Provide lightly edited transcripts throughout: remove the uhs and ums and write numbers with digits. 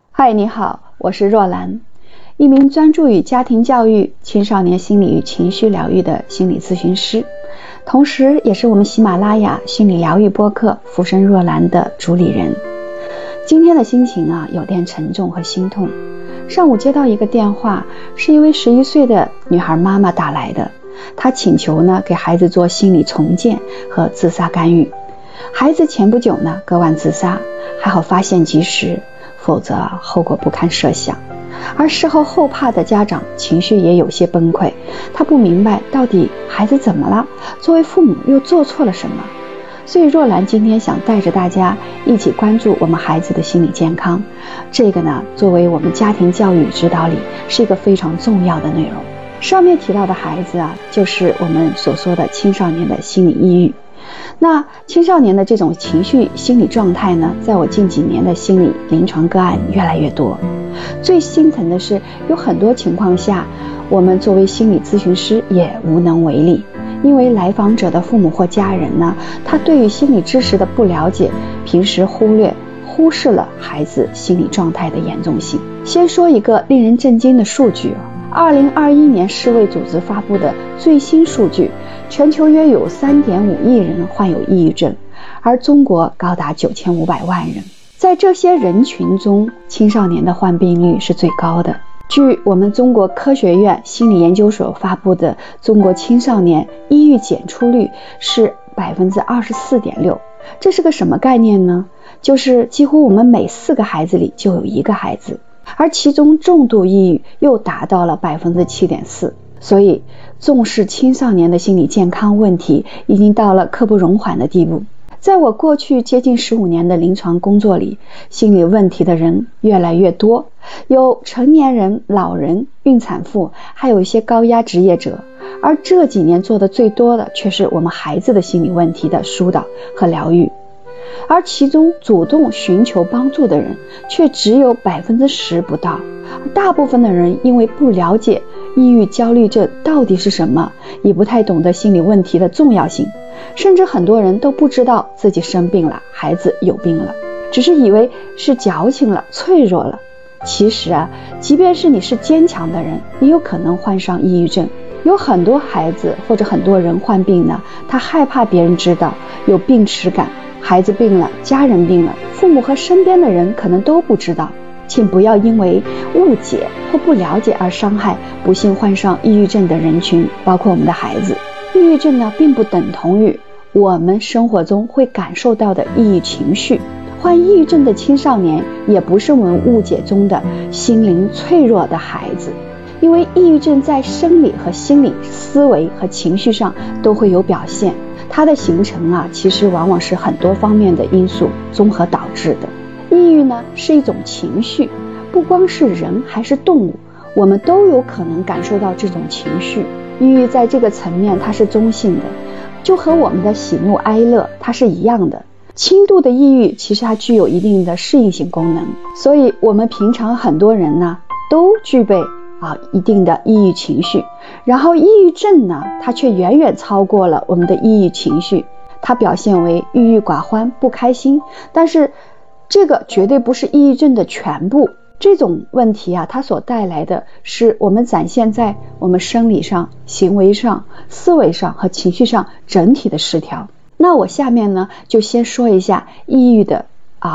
嗨，你好，我是若兰，一名专注于家庭教育、青少年心理与情绪疗愈的心理咨询师，同时也是我们喜马拉雅心理疗愈播客浮生若兰的主理人。今天的心情有点沉重和心痛。上午接到一个电话，是一位11岁的女孩妈妈打来的，她请求给孩子做心理重建和自杀干预。孩子前不久割腕自杀，还好发现及时，否则后果不堪设想。而事后后怕的家长情绪也有些崩溃，他不明白到底孩子怎么了，作为父母又做错了什么。所以若兰今天想带着大家一起关注我们孩子的心理健康，这个作为我们家庭教育指导里是一个非常重要的内容。上面提到的孩子就是我们所说的青少年的心理抑郁。那青少年的这种情绪心理状态在我近几年的心理临床个案越来越多。最心疼的是，有很多情况下我们作为心理咨询师也无能为力，因为来访者的父母或家人他对于心理知识的不了解，平时忽视了孩子心理状态的严重性。先说一个令人震惊的数据，2021年世卫组织发布的最新数据，全球约有 3.5 亿人患有抑郁症，而中国高达9500万人。在这些人群中，青少年的患病率是最高的。据我们中国科学院心理研究所发布的中国青少年抑郁检出率是 24.6%。 这是个什么概念呢？就是几乎我们每4个孩子里就有1个孩子，而其中重度抑郁又达到了 7.4%。 所以重视青少年的心理健康问题已经到了刻不容缓的地步。在我过去接近15年的临床工作里，心理问题的人越来越多，有成年人、老人、孕产妇，还有一些高压职业者。而这几年做的最多的却是我们孩子的心理问题的疏导和疗愈，而其中主动寻求帮助的人却只有 10% 不到。大部分的人因为不了解抑郁焦虑症到底是什么，也不太懂得心理问题的重要性，甚至很多人都不知道自己生病了，孩子有病了，只是以为是矫情了、脆弱了。其实即便是你是坚强的人，也有可能患上抑郁症。有很多孩子或者很多人患病他害怕别人知道，有病耻感，孩子病了，家人病了，父母和身边的人可能都不知道。请不要因为误解或不了解而伤害不幸患上抑郁症的人群，包括我们的孩子。抑郁症并不等同于我们生活中会感受到的抑郁情绪。患抑郁症的青少年也不是我们误解中的心灵脆弱的孩子，因为抑郁症在生理和心理、思维和情绪上都会有表现，它的形成其实往往是很多方面的因素综合导致的。抑郁是一种情绪，不光是人还是动物，我们都有可能感受到这种情绪。抑郁在这个层面它是中性的，就和我们的喜怒哀乐它是一样的。轻度的抑郁其实它具有一定的适应性功能，所以我们平常很多人都具备一定的抑郁情绪，然后抑郁症它却远远超过了我们的抑郁情绪，它表现为郁郁寡欢、不开心，但是这个绝对不是抑郁症的全部。这种问题它所带来的是我们展现在我们生理上、行为上、思维上和情绪上整体的失调。那我下面就先说一下抑郁的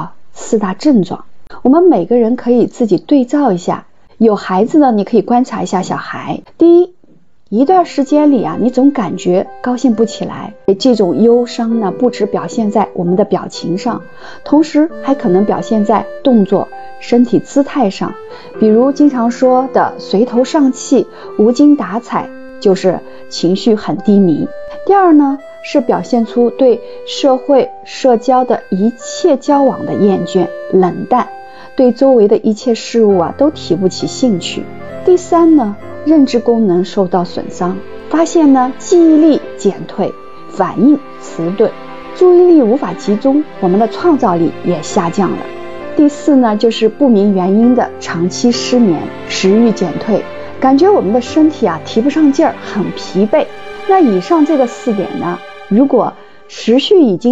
4大症状，我们每个人可以自己对照一下。有孩子你可以观察一下小孩。第一段时间里你总感觉高兴不起来，这种忧伤不只表现在我们的表情上，同时还可能表现在动作、身体姿态上，比如经常说的垂头丧气、无精打采，就是情绪很低迷。第二是表现出对社会社交的一切交往的厌倦、冷淡，对周围的一切事物都提不起兴趣。第三认知功能受到损伤，发现记忆力减退，反应迟钝，注意力无法集中，我们的创造力也下降了。第四就是不明原因的长期失眠，食欲减退，感觉我们的身体提不上劲儿，很疲惫。那以上这个4点如果持续已经有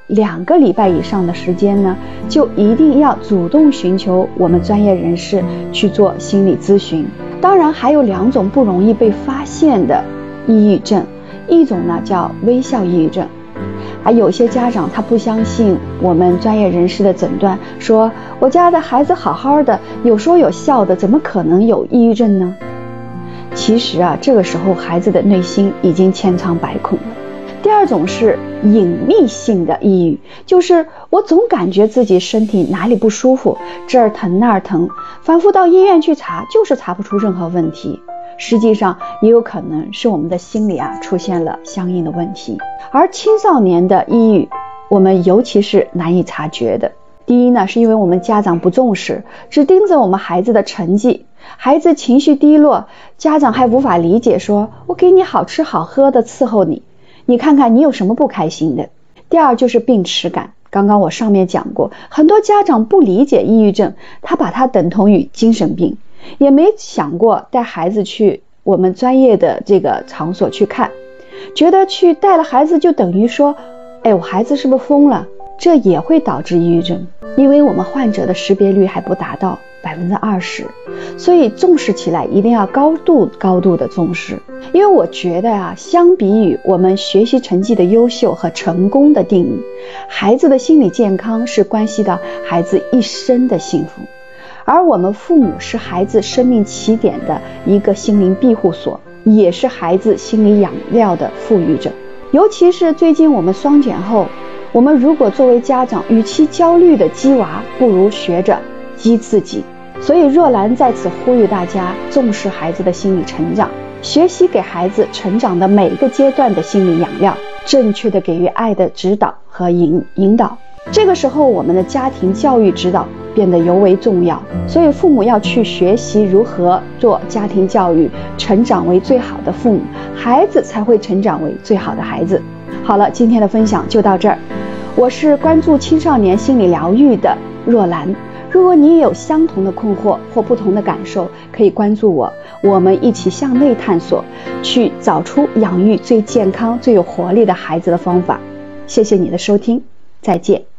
2个礼拜以上的时间呢，就一定要主动寻求我们专业人士去做心理咨询。当然还有2种不容易被发现的抑郁症，一种呢叫微笑抑郁症。有些家长他不相信我们专业人士的诊断，说我家的孩子好好的，有说有笑的，怎么可能有抑郁症呢？其实这个时候孩子的内心已经千疮百孔了。第2种是隐秘性的抑郁，就是我总感觉自己身体哪里不舒服，这儿疼那儿疼，反复到医院去查，就是查不出任何问题。实际上也有可能是我们的心理出现了相应的问题。而青少年的抑郁，我们尤其是难以察觉的。第一呢，是因为我们家长不重视，只盯着我们孩子的成绩，孩子情绪低落，家长还无法理解，说我给你好吃好喝的伺候你，你看看你有什么不开心的。第2就是病耻感，刚刚我上面讲过，很多家长不理解抑郁症，他把它等同于精神病，也没想过带孩子去我们专业的这个场所去看，觉得去带了孩子就等于说，我孩子是不是疯了？这也会导致抑郁症，因为我们患者的识别率还不达到20%，所以重视起来一定要高度的重视。因为我觉得相比于我们学习成绩的优秀和成功的定义，孩子的心理健康是关系到孩子一生的幸福。而我们父母是孩子生命起点的一个心灵庇护所，也是孩子心理养料的富裕者。尤其是最近我们双减后，我们如果作为家长，与其焦虑的激娃，不如学着激自己。所以若兰在此呼吁大家重视孩子的心理成长，学习给孩子成长的每一个阶段的心理养料，正确的给予爱的指导和引导。这个时候我们的家庭教育指导变得尤为重要，所以父母要去学习如何做家庭教育，成长为最好的父母，孩子才会成长为最好的孩子。好了，今天的分享就到这儿。我是关注青少年心理疗愈的若兰，如果你也有相同的困惑或不同的感受，可以关注我，我们一起向内探索，去找出养育最健康最有活力的孩子的方法。谢谢你的收听，再见。